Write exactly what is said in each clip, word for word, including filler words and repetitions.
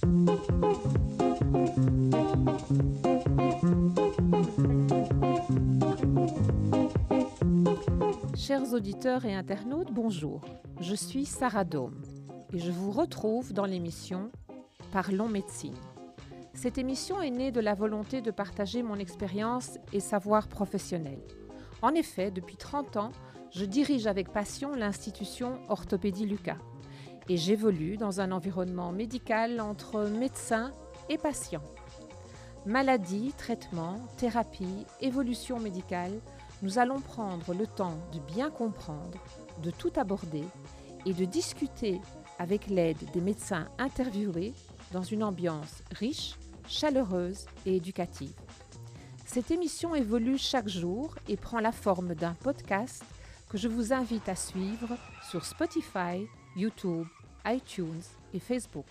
Chers auditeurs et internautes, bonjour. Je suis Sarah Dôme et je vous retrouve dans l'émission Parlons médecine. Cette émission est née de la volonté de partager mon expérience et savoir professionnel. En effet, depuis trente ans, je dirige avec passion l'institution Orthopédie Lucas et j'évolue dans un environnement médical entre médecins et patients. Maladie, traitement, thérapie, évolution médicale, nous allons prendre le temps de bien comprendre, de tout aborder et de discuter avec l'aide des médecins interviewés dans une ambiance riche, chaleureuse et éducative. Cette émission évolue chaque jour et prend la forme d'un podcast que je vous invite à suivre sur Spotify, YouTube, iTunes et Facebook.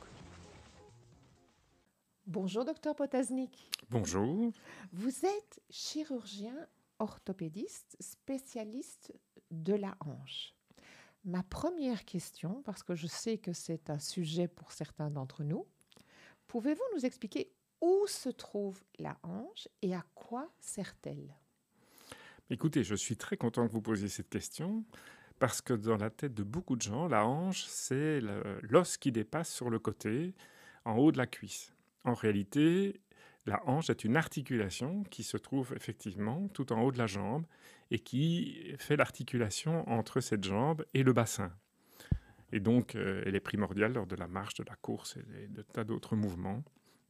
Bonjour docteur Potaznik. Bonjour. Vous êtes chirurgien orthopédiste, spécialiste de la hanche. Ma première question, parce que je sais que c'est un sujet pour certains d'entre nous, pouvez-vous nous expliquer où se trouve la hanche et à quoi sert-elle ? Écoutez, je suis très content que vous posiez cette question parce que dans la tête de beaucoup de gens, la hanche, c'est le- l'os qui dépasse sur le côté, en haut de la cuisse. En réalité, la hanche est une articulation qui se trouve effectivement tout en haut de la jambe et qui fait l'articulation entre cette jambe et le bassin. Et donc, euh, elle est primordiale lors de la marche, de la course et de tas d'autres mouvements.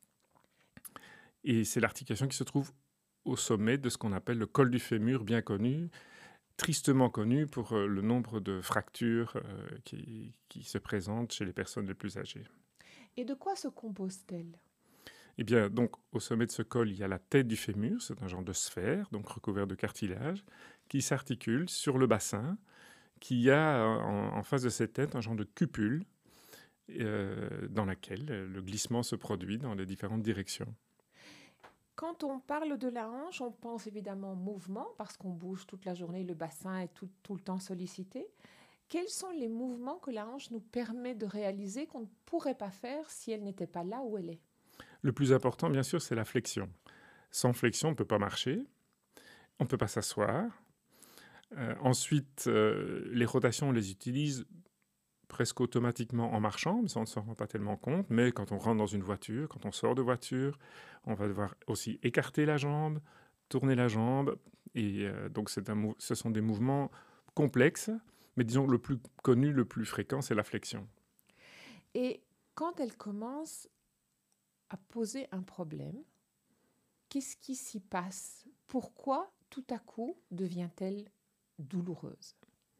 Et c'est l'articulation qui se trouve au sommet de ce qu'on appelle le col du fémur, bien connu, tristement connu pour euh, le nombre de fractures euh, qui, qui se présentent chez les personnes les plus âgées. Et de quoi se compose-t-elle ? Eh bien, donc, au sommet de ce col, il y a la tête du fémur, c'est un genre de sphère, donc recouvert de cartilage, qui s'articule sur le bassin, qui a en, en face de cette tête un genre de cupule euh, dans laquelle le glissement se produit dans les différentes directions. Quand on parle de la hanche, on pense évidemment mouvement, parce qu'on bouge toute la journée, le bassin est tout, tout le temps sollicité. Quels sont les mouvements que la hanche nous permet de réaliser qu'on ne pourrait pas faire si elle n'était pas là où elle est ? Le plus important, bien sûr, c'est la flexion. Sans flexion, on ne peut pas marcher, on ne peut pas s'asseoir. Euh, ensuite, euh, les rotations, on les utilise presque automatiquement en marchant, mais ça on ne s'en rend pas tellement compte. Mais quand on rentre dans une voiture, quand on sort de voiture, on va devoir aussi écarter la jambe, tourner la jambe. Et euh, donc c'est un mou- ce sont des mouvements complexes, mais disons que le plus connu, le plus fréquent, c'est la flexion. Et quand elle commence à poser un problème, qu'est-ce qui s'y passe ? Pourquoi tout à coup devient-elle douloureuse ?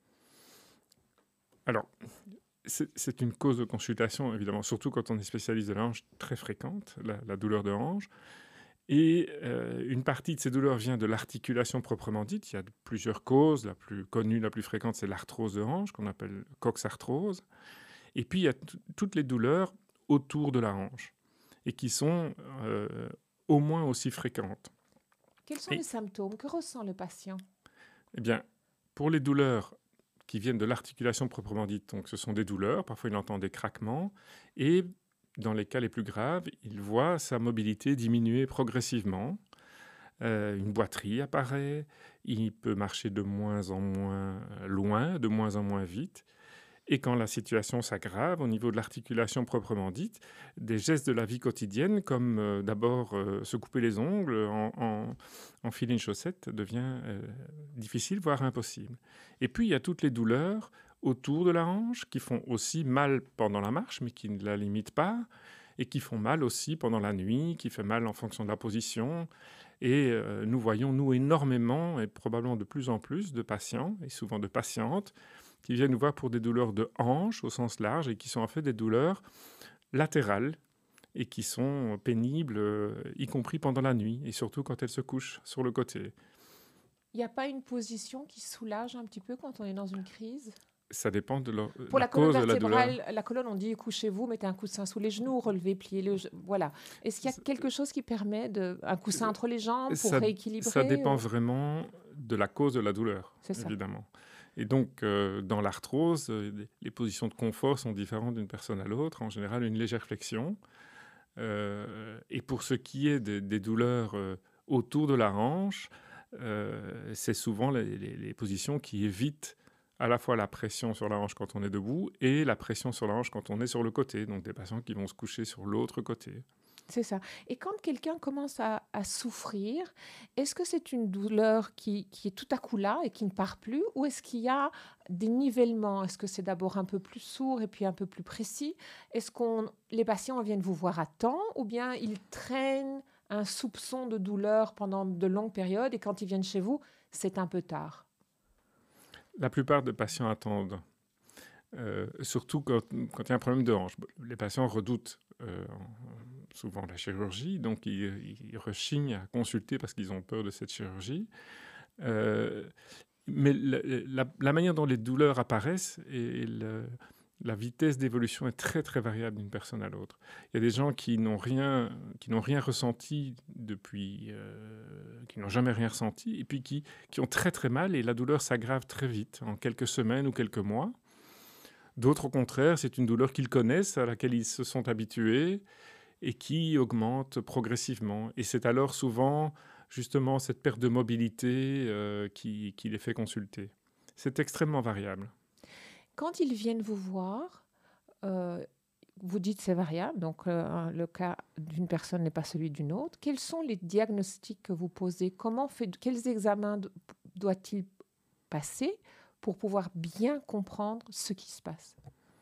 Alors, c'est, c'est une cause de consultation, évidemment, surtout quand on est spécialiste de la hanche, très fréquente, la, la douleur de hanche. Et euh, une partie de ces douleurs vient de l'articulation proprement dite. Il y a plusieurs causes. La plus connue, la plus fréquente, c'est l'arthrose de hanche, qu'on appelle coxarthrose. Et puis, il y a t- toutes les douleurs autour de la hanche, et qui sont euh, au moins aussi fréquentes. Quels sont Et- les symptômes ? Que ressent le patient ? Eh bien, pour les douleurs qui viennent de l'articulation proprement dite, donc ce sont des douleurs, parfois il entend des craquements, et dans les cas les plus graves, il voit sa mobilité diminuer progressivement. Euh, une boiterie apparaît, il peut marcher de moins en moins loin, de moins en moins vite. Et quand la situation s'aggrave au niveau de l'articulation proprement dite, des gestes de la vie quotidienne, comme euh, d'abord euh, se couper les ongles, en, en, enfiler une chaussette, devient euh, difficile, voire impossible. Et puis il y a toutes les douleurs autour de la hanche qui font aussi mal pendant la marche, mais qui ne la limitent pas, et qui font mal aussi pendant la nuit, qui fait mal en fonction de la position. Et euh, nous voyons, nous, énormément, et probablement de plus en plus, de patients, et souvent de patientes, qui viennent nous voir pour des douleurs de hanche au sens large et qui sont en fait des douleurs latérales et qui sont pénibles, euh, y compris pendant la nuit et surtout quand elles se couchent sur le côté. Il n'y a pas une position qui soulage un petit peu quand on est dans une crise ? Ça dépend de leur, Pour la, la colonne cause de la douleur. vertébrale, la colonne, on dit couchez-vous, mettez un coussin sous les genoux, relevez, pliez le. Voilà. Est-ce qu'il y a quelque chose qui permet de un coussin entre les jambes pour ça, rééquilibrer ? Ça dépend ou... vraiment de la cause de la douleur, C'est ça. évidemment. Et donc, euh, dans l'arthrose, euh, les positions de confort sont différentes d'une personne à l'autre. En général, une légère flexion, Euh, et pour ce qui est des, des douleurs euh, autour de la hanche, euh, c'est souvent les, les- les positions qui évitent à la fois la pression sur la hanche quand on est debout et la pression sur la hanche quand on est sur le côté. Donc des patients qui vont se coucher sur l'autre côté. C'est ça. Et quand quelqu'un commence à, à souffrir, est-ce que c'est une douleur qui, qui est tout à coup là et qui ne part plus, ou est-ce qu'il y a des nivellements? Est-ce que c'est d'abord un peu plus sourd et puis un peu plus précis? Est-ce que les patients viennent vous voir à temps, ou bien ils traînent un soupçon de douleur pendant de longues périodes et quand ils viennent chez vous, c'est un peu tard? La plupart des patients attendent, euh, surtout quand, quand il y a un problème de hanche. Les patients redoutent euh, souvent la chirurgie, donc ils, ils rechignent à consulter parce qu'ils ont peur de cette chirurgie. Euh, mais la, la, la manière dont les douleurs apparaissent et le, la vitesse d'évolution est très très variable d'une personne à l'autre. Il y a des gens qui n'ont rien, qui n'ont rien ressenti depuis, euh, qui n'ont jamais rien ressenti, et puis qui, qui ont très très mal et la douleur s'aggrave très vite, en quelques semaines ou quelques mois. D'autres, au contraire, c'est une douleur qu'ils connaissent, à laquelle ils se sont habitués et qui augmente progressivement. Et c'est alors souvent justement cette perte de mobilité euh, qui, qui les fait consulter. C'est extrêmement variable. Quand ils viennent vous voir, euh, vous dites c'est variable, donc euh, le cas d'une personne n'est pas celui d'une autre. Quels sont les diagnostics que vous posez? Comment fait, quels examens do- doit-il passer pour pouvoir bien comprendre ce qui se passe?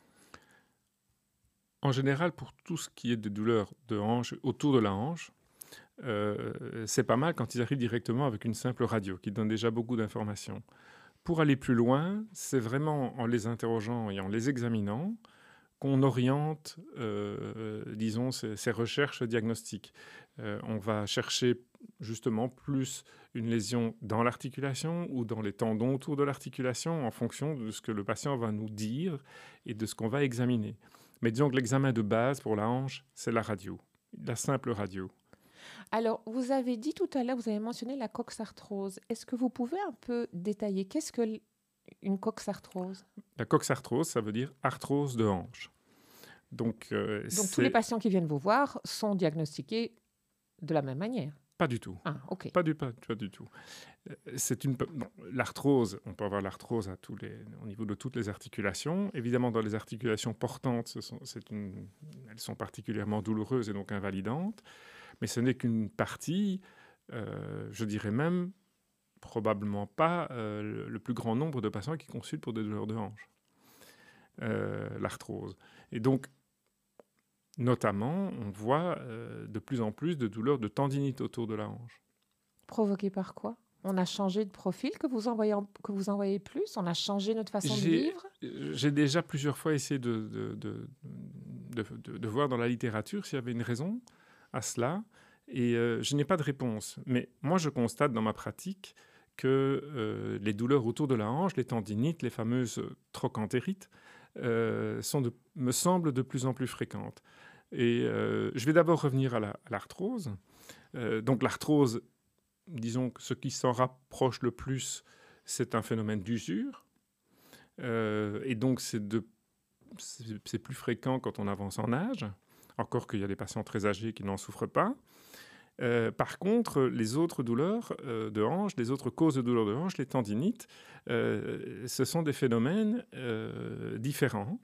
En général, pour tout ce qui est de douleurs de hanche, autour de la hanche, euh, c'est pas mal quand ils arrivent directement avec une simple radio qui donne déjà beaucoup d'informations. Pour aller plus loin, c'est vraiment en les interrogeant et en les examinant qu'on oriente, euh, disons, ces, ces recherches diagnostiques. Euh, on va chercher justement plus une lésion dans l'articulation ou dans les tendons autour de l'articulation en fonction de ce que le patient va nous dire et de ce qu'on va examiner. Mais disons que l'examen de base pour la hanche, c'est la radio, la simple radio. Alors, vous avez dit tout à l'heure, vous avez mentionné la coxarthrose. Est-ce que vous pouvez un peu détailler qu'est-ce que l- une coxarthrose? La coxarthrose, ça veut dire arthrose de hanche. Donc, euh, Donc, tous les c'est patients qui viennent vous voir sont diagnostiqués de la même manière. pas du tout. Ah, ok. Pas du, pas, pas du tout. Euh, C'est une, bon, l'arthrose, on peut avoir l'arthrose à tous les, au niveau de toutes les articulations. Évidemment, dans les articulations portantes, ce sont, c'est une, elles sont particulièrement douloureuses et donc invalidantes. Mais ce n'est qu'une partie, euh, je dirais même, probablement pas euh, le, le plus grand nombre de patients qui consultent pour des douleurs de hanche, euh, l'arthrose. Et donc, notamment, on voit euh, de plus en plus de douleurs de tendinite autour de la hanche. Provoqué par quoi? On a changé de profil que vous envoyez, en- que vous envoyez plus? On a changé notre façon de J'ai, vivre? j'ai déjà plusieurs fois essayé de, de, de, de, de- de voir dans la littérature s'il y avait une raison à cela, et euh, je n'ai pas de réponse. Mais moi, je constate dans ma pratique que euh, les douleurs autour de la hanche, les tendinites, les fameuses trochantérites, euh, sont de, me semblent de plus en plus fréquentes. Et euh, je vais d'abord revenir à, la, à l'arthrose. Euh, donc l'arthrose, disons que ce qui s'en rapproche le plus, c'est un phénomène d'usure. Euh, et donc, c'est, de, c'est, c'est plus fréquent quand on avance en âge, encore qu'il y a des patients très âgés qui n'en souffrent pas. Euh, par contre, les autres douleurs euh, de hanche, les autres causes de douleurs de hanche, les tendinites, euh, ce sont des phénomènes euh, différents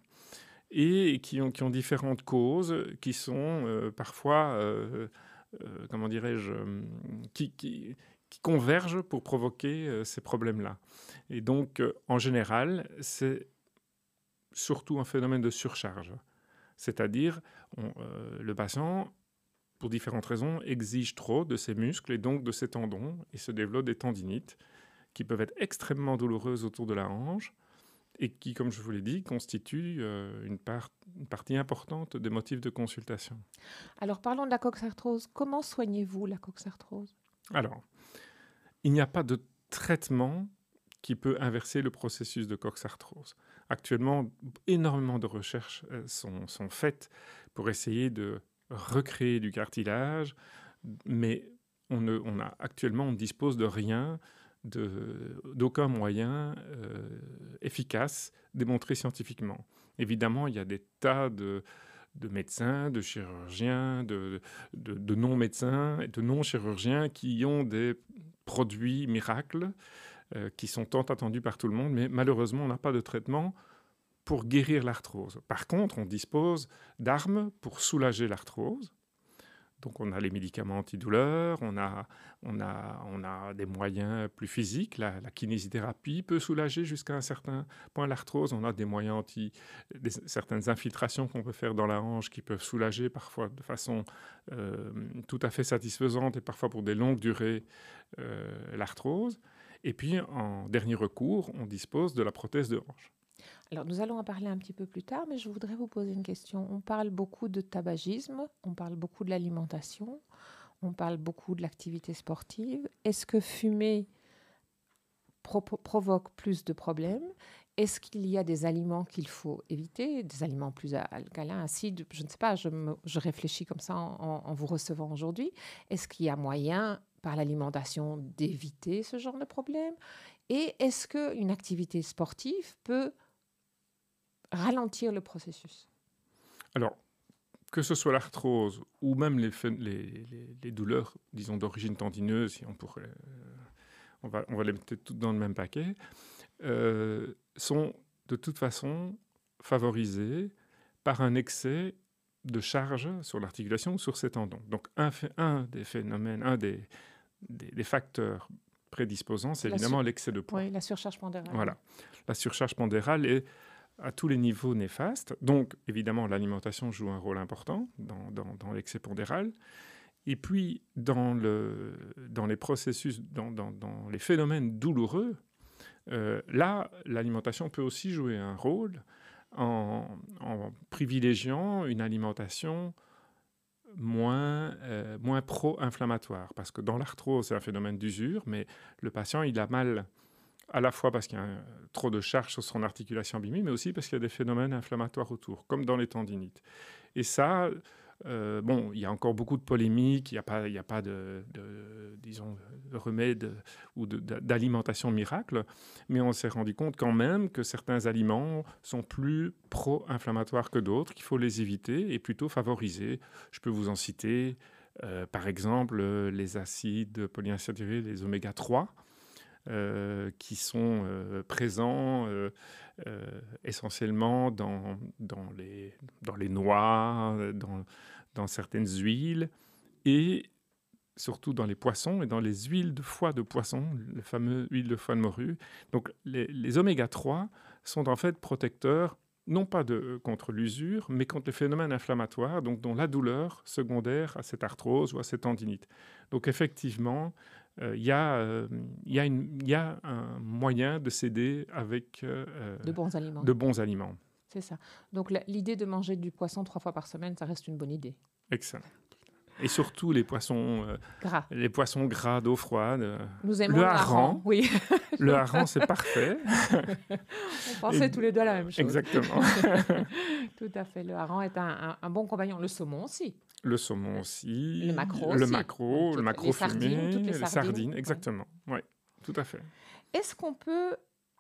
et qui ont, qui ont différentes causes, qui sont euh, parfois, euh, euh, comment dirais-je, euh, qui, qui, qui convergent pour provoquer euh, ces problèmes-là. Et donc, euh, en général, c'est surtout un phénomène de surcharge. C'est-à-dire, on, euh, le patient, pour différentes raisons, exige trop de ses muscles et donc de ses tendons et se développe des tendinites qui peuvent être extrêmement douloureuses autour de la hanche et qui, comme je vous l'ai dit, constituent euh, une, part, une partie importante des motifs de consultation. Alors, parlons de la coxarthrose. Comment soignez-vous la coxarthrose? Alors, il n'y a pas de traitement qui peut inverser le processus de coxarthrose. Actuellement, énormément de recherches euh, sont, sont faites pour essayer de recréer du cartilage, mais on, ne, on a, actuellement, on ne dispose de rien, de, d'aucun moyen euh, efficace démontré scientifiquement. Évidemment, il y a des tas de, de médecins, de chirurgiens, de, de, de non-médecins et de non-chirurgiens qui ont des produits miracles euh, qui sont tant attendus par tout le monde, mais malheureusement, on n'a pas de traitement pour guérir l'arthrose. Par contre, on dispose d'armes pour soulager l'arthrose. Donc on a les médicaments antidouleurs, on a, on a, on a des moyens plus physiques. La, la kinésithérapie peut soulager jusqu'à un certain point l'arthrose. On a des moyens anti... Des, certaines infiltrations qu'on peut faire dans la hanche qui peuvent soulager parfois de façon euh, tout à fait satisfaisante et parfois pour des longues durées euh, l'arthrose. Et puis en dernier recours, on dispose de la prothèse de hanche. Alors, nous allons en parler un petit peu plus tard, mais je voudrais vous poser une question. On parle beaucoup de tabagisme, on parle beaucoup de l'alimentation, on parle beaucoup de l'activité sportive. Est-ce que fumer pro- provoque plus de problèmes? Est-ce qu'il y a des aliments qu'il faut éviter, des aliments plus alcalins, acides? Je ne sais pas, je, me, je réfléchis comme ça en, en vous recevant aujourd'hui. Est-ce qu'il y a moyen, par l'alimentation, d'éviter ce genre de problème? Et est-ce qu'une activité sportive peut ralentir le processus? Alors, que ce soit l'arthrose ou même les, les, les, les douleurs, disons, d'origine tendineuse, si on pourrait, euh, on, va, on va les mettre toutes dans le même paquet, euh, sont de toute façon favorisées par un excès de charge sur l'articulation ou sur ses tendons. Donc, un, un des phénomènes, un des, des, des facteurs prédisposants, c'est évidemment sur... l'excès de poids. Oui, la surcharge pondérale. Voilà. La surcharge pondérale est à tous les niveaux néfastes. Donc, évidemment, l'alimentation joue un rôle important dans, dans, dans l'excès pondéral. Et puis, dans, le, dans les processus, dans, dans, dans les phénomènes douloureux, euh, là, l'alimentation peut aussi jouer un rôle en, en privilégiant une alimentation moins, euh, moins pro-inflammatoire. Parce que dans l'arthrose, c'est un phénomène d'usure, mais le patient, il a mal à la fois parce qu'il y a un, trop de charge sur son articulation abîmée, mais aussi parce qu'il y a des phénomènes inflammatoires autour, comme dans les tendinites. Et ça, euh, bon, il y a encore beaucoup de polémiques, il n'y a pas, il n'y a pas de, de, disons, de remède ou de, de, d'alimentation miracle, mais on s'est rendu compte quand même que certains aliments sont plus pro-inflammatoires que d'autres, qu'il faut les éviter et plutôt favoriser. Je peux vous en citer, euh, par exemple, les acides polyinsaturés, les oméga trois, Euh, qui sont euh, présents euh, euh, essentiellement dans, dans, les, dans les noix, dans, dans certaines huiles, et surtout dans les poissons et dans les huiles de foie de poisson, le fameux huile de foie de morue. Donc les, les oméga trois sont en fait protecteurs, non pas de, contre l'usure, mais contre les phénomènes inflammatoires, donc dont la douleur secondaire à cette arthrose ou à cette tendinite. Donc effectivement, il euh, y, euh, y, y a un moyen de s'aider avec euh, de bons aliments. De bons aliments. C'est ça. Donc la, l'idée de manger du poisson trois fois par semaine, ça reste une bonne idée. Excellent. Et surtout les poissons euh, gras, les poissons gras d'eau froide. Nous aimons le le hareng. hareng, oui. Le hareng, c'est parfait. On pensait Et... tous les deux à la même chose. Exactement. Tout à fait. Le hareng est un, un, un bon compagnon. Le saumon aussi. Le saumon aussi. Le maquereau Le aussi. maquereau, toutes le maquereau les fumé. Sardines, toutes les, les sardines. sardines. Exactement. Oui, ouais, tout à fait. Est-ce qu'on peut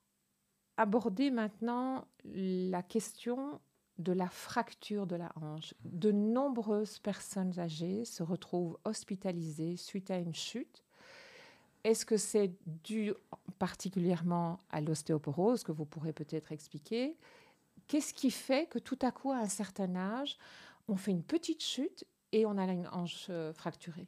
aborder maintenant la question de la fracture de la hanche? De nombreuses personnes âgées se retrouvent hospitalisées suite à une chute. Est-ce que c'est dû particulièrement à l'ostéoporose, que vous pourrez peut-être expliquer? Qu'est-ce qui fait que tout à coup, à un certain âge, on fait une petite chute et on a une hanche fracturée?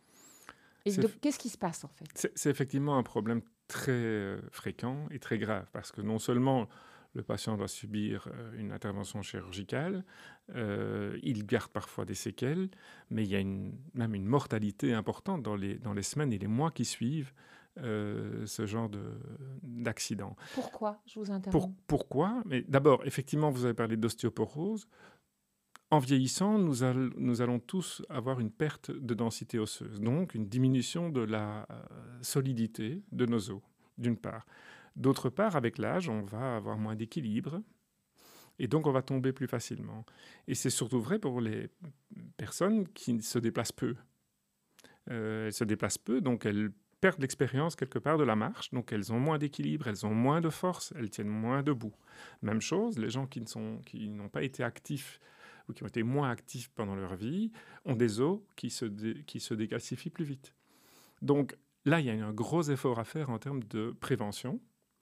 Et donc, f... qu'est-ce qui se passe en fait? c'est, c'est effectivement un problème très euh, fréquent et très grave, parce que non seulement le patient doit subir euh, une intervention chirurgicale, euh, il garde parfois des séquelles, mais il y a une, même une mortalité importante dans les, dans les semaines et les mois qui suivent euh, ce genre de, d'accident. Pourquoi? Je vous interromps. Pour, pourquoi? Mais d'abord, effectivement, vous avez parlé d'ostéoporose. En vieillissant, nous, all, nous allons tous avoir une perte de densité osseuse, donc une diminution de la euh, solidité de nos os, d'une part. D'autre part, avec l'âge, on va avoir moins d'équilibre et donc on va tomber plus facilement. Et c'est surtout vrai pour les personnes qui se déplacent peu. Euh, elles se déplacent peu, donc elles perdent l'expérience quelque part de la marche, donc elles ont moins d'équilibre, elles ont moins de force, elles tiennent moins debout. Même chose, les gens qui, ne sont, qui n'ont pas été actifs ou qui ont été moins actifs pendant leur vie ont des os qui se, dé, qui se décalcifient plus vite. Donc là, il y a un gros effort à faire en termes de prévention.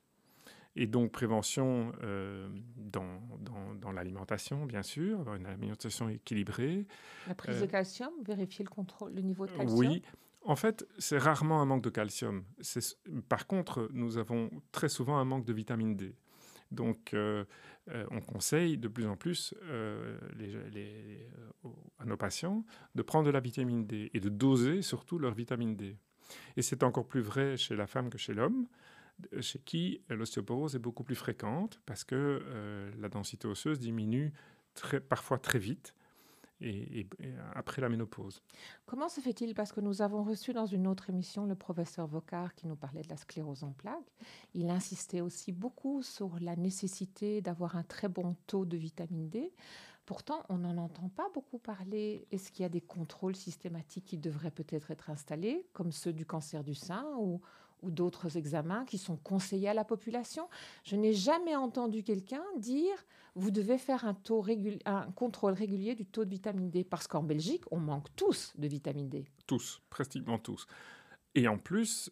Et donc prévention euh, dans, dans, dans l'alimentation, bien sûr, avoir une alimentation équilibrée. La prise euh, de calcium, vérifier le, contrôle, le niveau de calcium. Oui. En fait, c'est rarement un manque de calcium. C'est, par contre, nous avons très souvent un manque de vitamine D. Donc, euh, euh, on conseille de plus en plus euh, les, les, euh, à nos patients de prendre de la vitamine D et de doser surtout leur vitamine D. Et c'est encore plus vrai chez la femme que chez l'homme, chez qui l'ostéoporose est beaucoup plus fréquente parce que euh, la densité osseuse diminue très, parfois très vite. Et, et, et après la ménopause. Comment se fait-il? Parce que nous avons reçu dans une autre émission le professeur Vocard qui nous parlait de la sclérose en plaques. Il insistait aussi beaucoup sur la nécessité d'avoir un très bon taux de vitamine D. Pourtant, on n'en entend pas beaucoup parler. Est-ce qu'il y a des contrôles systématiques qui devraient peut-être être installés, comme ceux du cancer du sein ou, ou d'autres examens qui sont conseillés à la population? Je n'ai jamais entendu quelqu'un dire « vous devez faire un, taux régul- un contrôle régulier du taux de vitamine D ». Parce qu'en Belgique, on manque tous de vitamine D. Tous, pratiquement tous. Et en plus,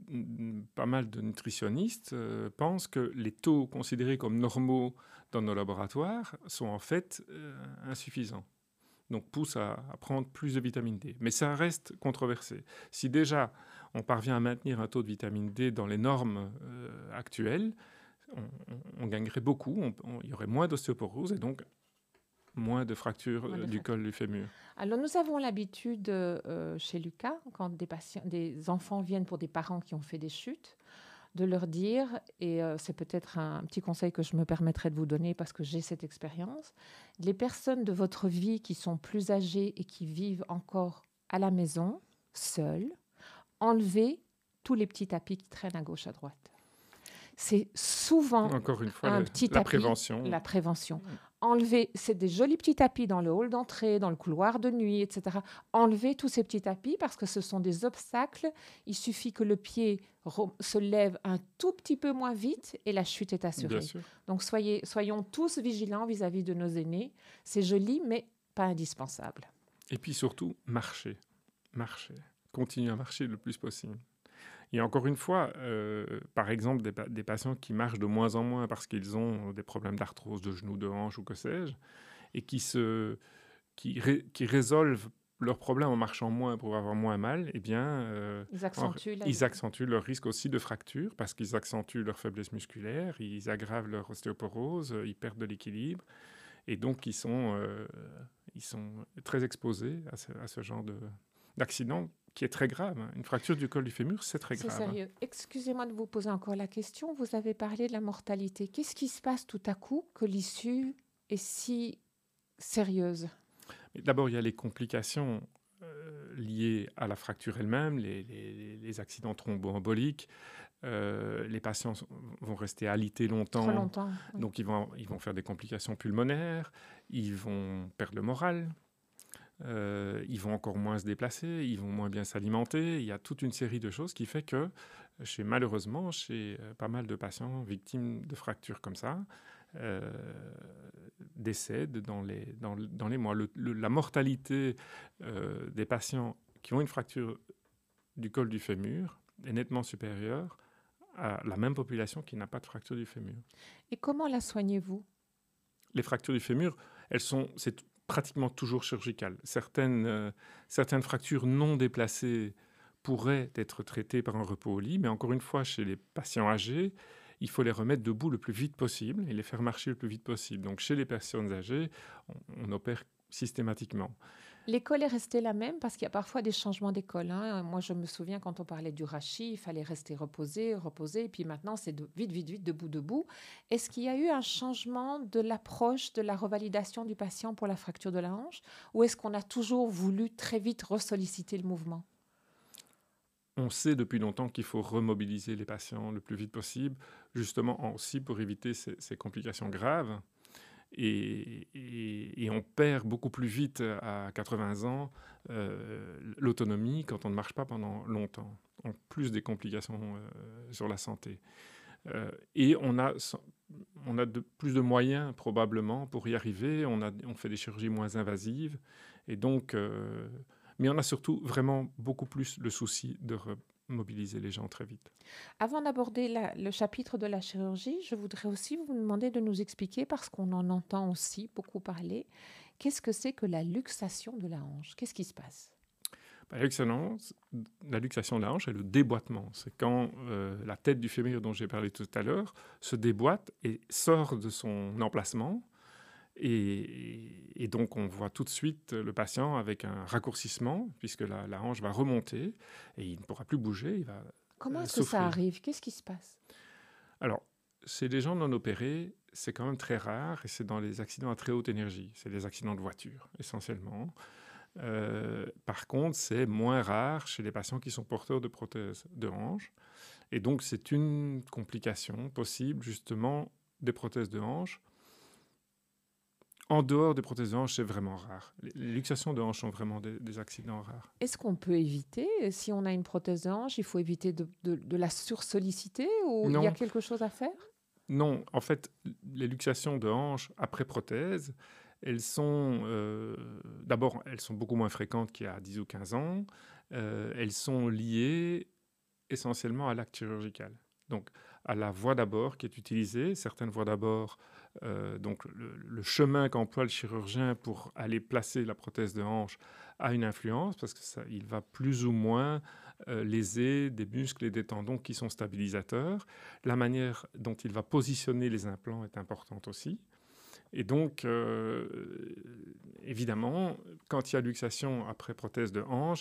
pas mal de nutritionnistes euh, pensent que les taux considérés comme normaux dans nos laboratoires sont en fait euh, insuffisants. Donc poussent à, à prendre plus de vitamine D. Mais ça reste controversé. Si déjà on parvient à maintenir un taux de vitamine D dans les normes euh, actuelles, on, on, on gagnerait beaucoup. On, on, il y aurait moins d'ostéoporose et donc moins de fractures euh, du col du fémur. Alors, nous avons l'habitude euh, chez Lucas, quand des, patients, des enfants viennent pour des parents qui ont fait des chutes, de leur dire, et euh, c'est peut-être un petit conseil que je me permettrai de vous donner parce que j'ai cette expérience, les personnes de votre vie qui sont plus âgées et qui vivent encore à la maison, seules, enlevez tous les petits tapis qui traînent à gauche, à droite. C'est souvent Encore une fois, un la, petit la tapis, prévention. La prévention. Enlever, c'est des jolis petits tapis dans le hall d'entrée, dans le couloir de nuit, et cetera. Enlevez tous ces petits tapis parce que ce sont des obstacles. Il suffit que le pied se lève un tout petit peu moins vite et la chute est assurée. Donc soyez, soyons tous vigilants vis-à-vis de nos aînés. C'est joli, mais pas indispensable. Et puis surtout, marcher. Marcher. Continuez à marcher le plus possible. Et encore une fois, euh, par exemple, des, des patients qui marchent de moins en moins parce qu'ils ont des problèmes d'arthrose de genoux, de hanches ou que sais-je, et qui, se, qui, ré, qui résolvent leurs problèmes en marchant moins pour avoir moins mal, eh bien, euh, ils, accentuent en, ils accentuent leur risque aussi de fracture parce qu'ils accentuent leur faiblesse musculaire, ils aggravent leur ostéoporose, ils perdent de l'équilibre, et donc ils sont, euh, ils sont très exposés à ce, à ce genre de, d'accident qui est très grave. Une fracture du col du fémur, c'est très grave. C'est sérieux. Excusez-moi de vous poser encore la question. Vous avez parlé de la mortalité. Qu'est-ce qui se passe tout à coup que l'issue est si sérieuse? D'abord, il y a les complications euh, liées à la fracture elle-même, les, les, les accidents thromboemboliques. Euh, les patients vont rester alités longtemps. Trop longtemps. Oui. Donc, ils vont, ils vont faire des complications pulmonaires. Ils vont perdre le moral. Euh, ils vont encore moins se déplacer, ils vont moins bien s'alimenter. Il y a toute une série de choses qui fait que, chez, malheureusement, chez euh, pas mal de patients victimes de fractures comme ça, euh, décèdent dans les, dans, dans les mois. Le, le, la mortalité euh, des patients qui ont une fracture du col du fémur est nettement supérieure à la même population qui n'a pas de fracture du fémur. Et comment la soignez-vous? Les fractures du fémur, elles sont... C'est, pratiquement toujours chirurgicales. Certaines, euh, certaines fractures non déplacées pourraient être traitées par un repos au lit, mais encore une fois, chez les patients âgés, il faut les remettre debout le plus vite possible et les faire marcher le plus vite possible. Donc chez les personnes âgées, on, on opère systématiquement. L'école est restée la même parce qu'il y a parfois des changements d'école. Hein. Moi, je me souviens quand on parlait du rachis, il fallait rester reposé, reposé. Et puis maintenant, c'est de, vite, vite, vite, debout, debout. Est-ce qu'il y a eu un changement de l'approche de la revalidation du patient pour la fracture de la hanche? Ou est-ce qu'on a toujours voulu très vite ressolliciter le mouvement? On sait depuis longtemps qu'il faut remobiliser les patients le plus vite possible, justement aussi pour éviter ces, ces complications graves. Et, et, et on perd beaucoup plus vite à quatre-vingts ans euh, l'autonomie quand on ne marche pas pendant longtemps, en plus des complications euh, sur la santé. Euh, et on a on a de, plus de moyens probablement pour y arriver. On, a, on fait des chirurgies moins invasives. Et donc, euh, mais on a surtout vraiment beaucoup plus le souci de mobiliser les gens très vite. Avant d'aborder la, le chapitre de la chirurgie, je voudrais aussi vous demander de nous expliquer, parce qu'on en entend aussi beaucoup parler, qu'est-ce que c'est que la luxation de la hanche? Qu'est-ce qui se passe? La luxation, la luxation de la hanche est le déboîtement. C'est quand euh, la tête du fémur dont j'ai parlé tout à l'heure se déboîte et sort de son emplacement. Et, et donc, on voit tout de suite le patient avec un raccourcissement, puisque la, la hanche va remonter et il ne pourra plus bouger. Il va Comment euh, est-ce que souffrir. ça arrive? Qu'est-ce qui se passe? Alors, chez les gens non opérés, c'est quand même très rare et c'est dans les accidents à très haute énergie. C'est les accidents de voiture, essentiellement. Euh, par contre, c'est moins rare chez les patients qui sont porteurs de prothèses de hanche. Et donc, c'est une complication possible, justement, des prothèses de hanche. En dehors des prothèses de hanche, c'est vraiment rare. Les luxations de hanche sont vraiment des, des accidents rares. Est-ce qu'on peut éviter, si on a une prothèse de hanche, il faut éviter de, de, de la sursolliciter ou Non. il y a quelque chose à faire? Non, en fait, les luxations de hanche après prothèse, elles sont, euh, d'abord, elles sont beaucoup moins fréquentes qu'il y a dix ou quinze ans. Euh, elles sont liées essentiellement à l'acte chirurgical. Donc, à la voie d'abord qui est utilisée. Certaines voies d'abord, euh, donc le, le chemin qu'emploie le chirurgien pour aller placer la prothèse de hanche a une influence parce qu'il va plus ou moins euh, léser des muscles et des tendons qui sont stabilisateurs. La manière dont il va positionner les implants est importante aussi. Et donc, euh, évidemment, quand il y a luxation après prothèse de hanche,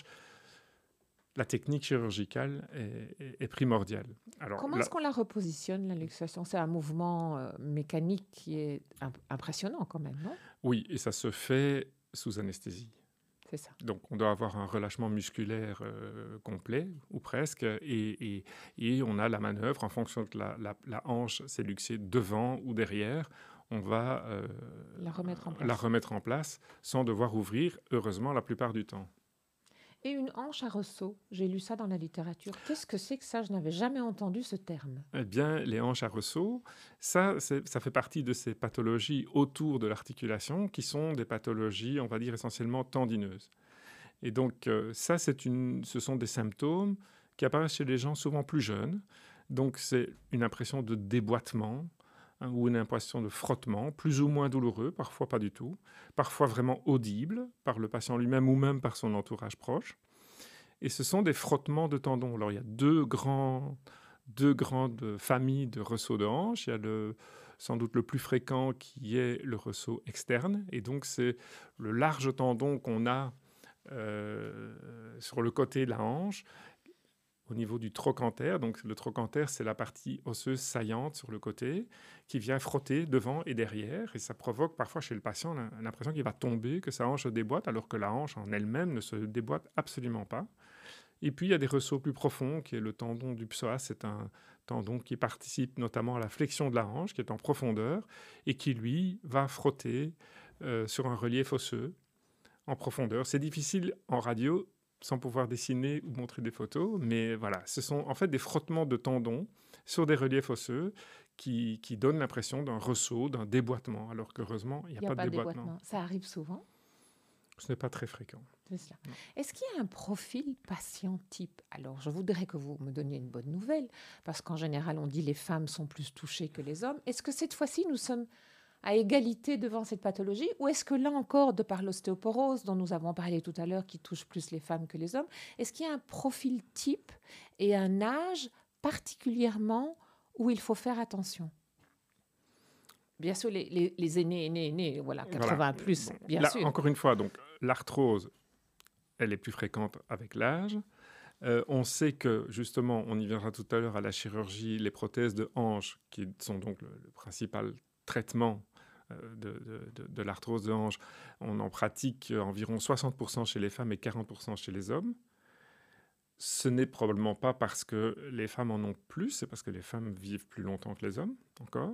la technique chirurgicale est, est, est primordiale. Alors, Comment là, est-ce qu'on la repositionne, la luxation? C'est un mouvement euh, mécanique qui est imp- impressionnant quand même, non? Oui, et ça se fait sous anesthésie. C'est ça. Donc, on doit avoir un relâchement musculaire euh, complet, ou presque, et, et, et on a la manœuvre en fonction de la, la, la hanche s'est luxée devant ou derrière. On va euh, la, remettre en place. la remettre en place sans devoir ouvrir, heureusement, la plupart du temps. Et une hanche à ressaut, j'ai lu ça dans la littérature. Qu'est-ce que c'est que ça? Je n'avais jamais entendu ce terme. Eh bien, les hanches à ressaut, ça, ça fait partie de ces pathologies autour de l'articulation qui sont des pathologies, on va dire, essentiellement tendineuses. Et donc, euh, ça, c'est une, ce sont des symptômes qui apparaissent chez les gens souvent plus jeunes. Donc, c'est une impression de déboîtement hein, ou une impression de frottement, plus ou moins douloureux, parfois pas du tout, parfois vraiment audible par le patient lui-même ou même par son entourage proche. Et ce sont des frottements de tendons. Alors, il y a deux, grands, deux grandes familles de ressauts de hanche. Il y a le, sans doute le plus fréquent qui est le ressaut externe. Et donc, c'est le large tendon qu'on a euh, sur le côté de la hanche, au niveau du trochanter. Donc, le trochanter, c'est la partie osseuse saillante sur le côté qui vient frotter devant et derrière. Et ça provoque parfois chez le patient l'impression qu'il va tomber, que sa hanche se déboîte, alors que la hanche en elle-même ne se déboîte absolument pas. Et puis, il y a des ressauts plus profonds, qui est le tendon du psoas. C'est un tendon qui participe notamment à la flexion de la hanche, qui est en profondeur, et qui, lui, va frotter euh, sur un relief osseux en profondeur. C'est difficile en radio, sans pouvoir dessiner ou montrer des photos, mais voilà, ce sont en fait des frottements de tendons sur des reliefs osseux qui, qui donnent l'impression d'un ressaut, d'un déboîtement, alors qu'heureusement, il n'y a, a pas, pas de déboîtement. déboîtement. Ça arrive souvent? Ce n'est pas très fréquent. C'est cela. Est-ce qu'il y a un profil patient type? Alors, je voudrais que vous me donniez une bonne nouvelle, parce qu'en général, on dit les femmes sont plus touchées que les hommes. Est-ce que cette fois-ci, nous sommes à égalité devant cette pathologie, ou est-ce que là encore, de par l'ostéoporose dont nous avons parlé tout à l'heure, qui touche plus les femmes que les hommes, est-ce qu'il y a un profil type et un âge particulièrement où il faut faire attention? Bien sûr, les, les, les aînés, aînés, aînés, voilà, quatre-vingts voilà. Plus, bon, bien là, sûr. Encore une fois, donc l'arthrose, elle est plus fréquente avec l'âge. Euh, on sait que, justement, on y viendra tout à l'heure à la chirurgie, les prothèses de hanche, qui sont donc le, le principal traitement De, de, de l'arthrose de hanche, on en pratique environ soixante pour cent chez les femmes et quarante pour cent chez les hommes. Ce n'est probablement pas parce que les femmes en ont plus, c'est parce que les femmes vivent plus longtemps que les hommes, encore.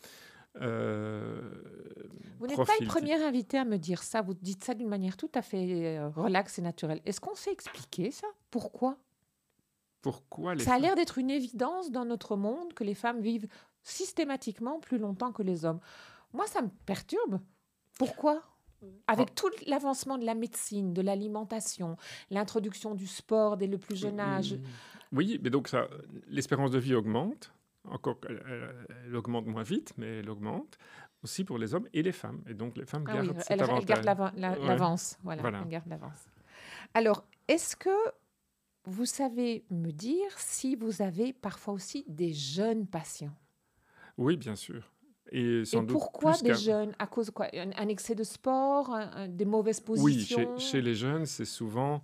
Euh, vous n'êtes pas le premier invité à me dire ça, vous dites ça d'une manière tout à fait relaxe et naturelle. Est-ce qu'on sait expliquer ça? Pourquoi? Pourquoi les Ça a femmes... l'air d'être une évidence dans notre monde que les femmes vivent systématiquement plus longtemps que les hommes. Moi, ça me perturbe. Pourquoi ? Avec tout l'avancement de la médecine, de l'alimentation, l'introduction du sport dès le plus jeune âge. Oui, mais donc ça, l'espérance de vie augmente. Encore, elle, elle augmente moins vite, mais elle augmente aussi pour les hommes et les femmes. Et donc, les femmes Ah gardent oui, cet elle, avantage. elle garde l'ava- la- Ouais. l'avance. Voilà, Voilà. elle garde l'avance. Alors, est-ce que vous savez me dire si vous avez parfois aussi des jeunes patients ? Oui, bien sûr. Et, sans Et doute pourquoi plus des qu'à- jeunes ? À cause de quoi ? Un, un excès de sport, un- un- des mauvaises Oui, chez, positions ? chez les jeunes, c'est souvent,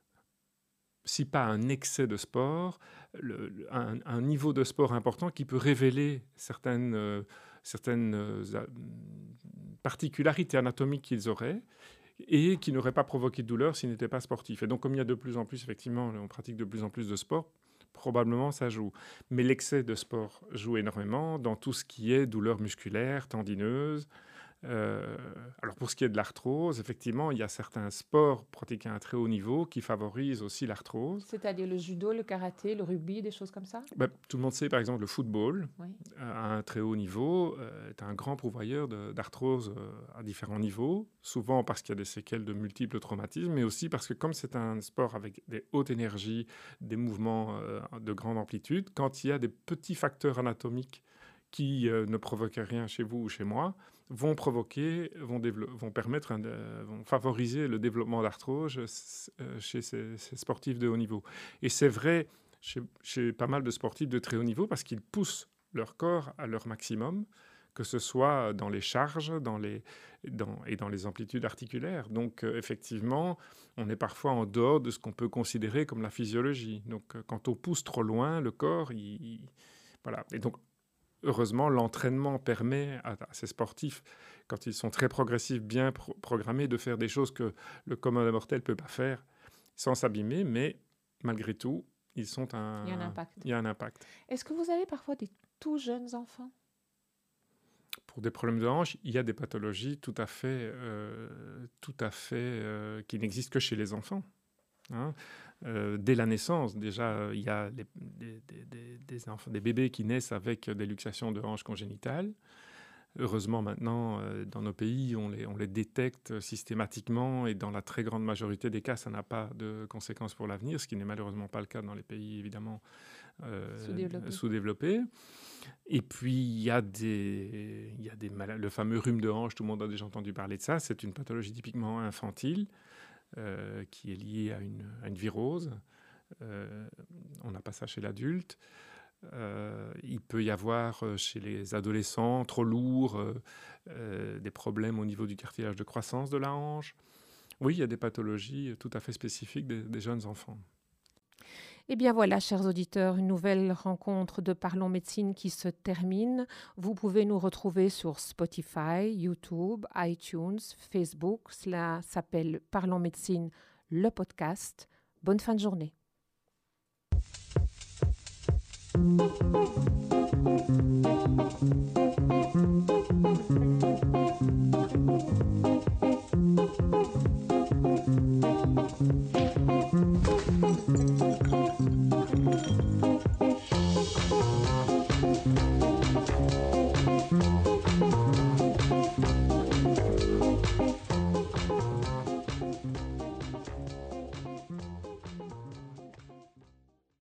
si pas un excès de sport, le- le- un, un niveau de sport important qui peut révéler certaines, euh, certaines euh, a- particularités anatomiques qu'ils auraient et qui n'auraient pas provoqué de douleur s'ils n'étaient pas sportifs. Et donc, comme il y a de plus en plus, effectivement, on pratique de plus en plus de sport, probablement ça joue. Mais l'excès de sport joue énormément dans tout ce qui est douleur musculaire, tendineuse. Euh, alors pour ce qui est de l'arthrose, effectivement, il y a certains sports pratiqués à un très haut niveau qui favorisent aussi l'arthrose. C'est-à-dire le judo, le karaté, le rugby, des choses comme ça ? Ben, tout le monde sait, par exemple, le football, Oui. euh, à un très haut niveau, euh, est un grand pourvoyeur de- d'arthrose euh, à différents niveaux, souvent parce qu'il y a des séquelles de multiples traumatismes, mais aussi parce que comme c'est un sport avec des hautes énergies, des mouvements euh, de grande amplitude, quand il y a des petits facteurs anatomiques qui euh, ne provoquent rien chez vous ou chez moi, vont provoquer, vont, dévelop- vont permettre, un, euh, vont favoriser le développement d'arthrose euh, chez ces, ces sportifs de haut niveau. Et c'est vrai chez, chez pas mal de sportifs de très haut niveau parce qu'ils poussent leur corps à leur maximum, que ce soit dans les charges dans les, dans, et dans les amplitudes articulaires. Donc euh, effectivement, on est parfois en dehors de ce qu'on peut considérer comme la physiologie. Donc euh, quand on pousse trop loin, le corps, il, il- voilà. Et donc heureusement, l'entraînement permet à, à ces sportifs, quand ils sont très progressifs, bien pro- programmés, de faire des choses que le commun des mortels ne peut pas faire sans s'abîmer, mais malgré tout, ils sont un, Il y a un impact. il y a un impact. Est-ce que vous avez parfois des tout jeunes enfants ? Pour des problèmes de hanche, il y a des pathologies tout à fait, euh, tout à fait euh, qui n'existent que chez les enfants. Hein. Euh, dès la naissance, déjà, euh, il y a les- des, des- des- des enfants, des bébés qui naissent avec des luxations de hanches congénitales. Heureusement, maintenant, euh, dans nos pays, on les, on les détecte systématiquement et dans la très grande majorité des cas, ça n'a pas de conséquences pour l'avenir, ce qui n'est malheureusement pas le cas dans les pays, évidemment, euh, Sous-développés. sous-développés. Et puis, il y a des, il y a des maladies. Le fameux rhume de hanche, tout le monde a déjà entendu parler de ça. C'est une pathologie typiquement infantile euh, qui est liée à une, à une virose. Euh, on n'a pas ça chez l'adulte. Euh, il peut y avoir euh, chez les adolescents trop lourds euh, euh, des problèmes au niveau du cartilage de croissance de la hanche. Oui, il y a des pathologies tout à fait spécifiques des, des jeunes enfants. Eh bien voilà, chers auditeurs, une nouvelle rencontre de Parlons Médecine qui se termine. Vous pouvez nous retrouver sur Spotify, YouTube, iTunes, Facebook. Cela s'appelle Parlons Médecine, le podcast. Bonne fin de journée. Thank you.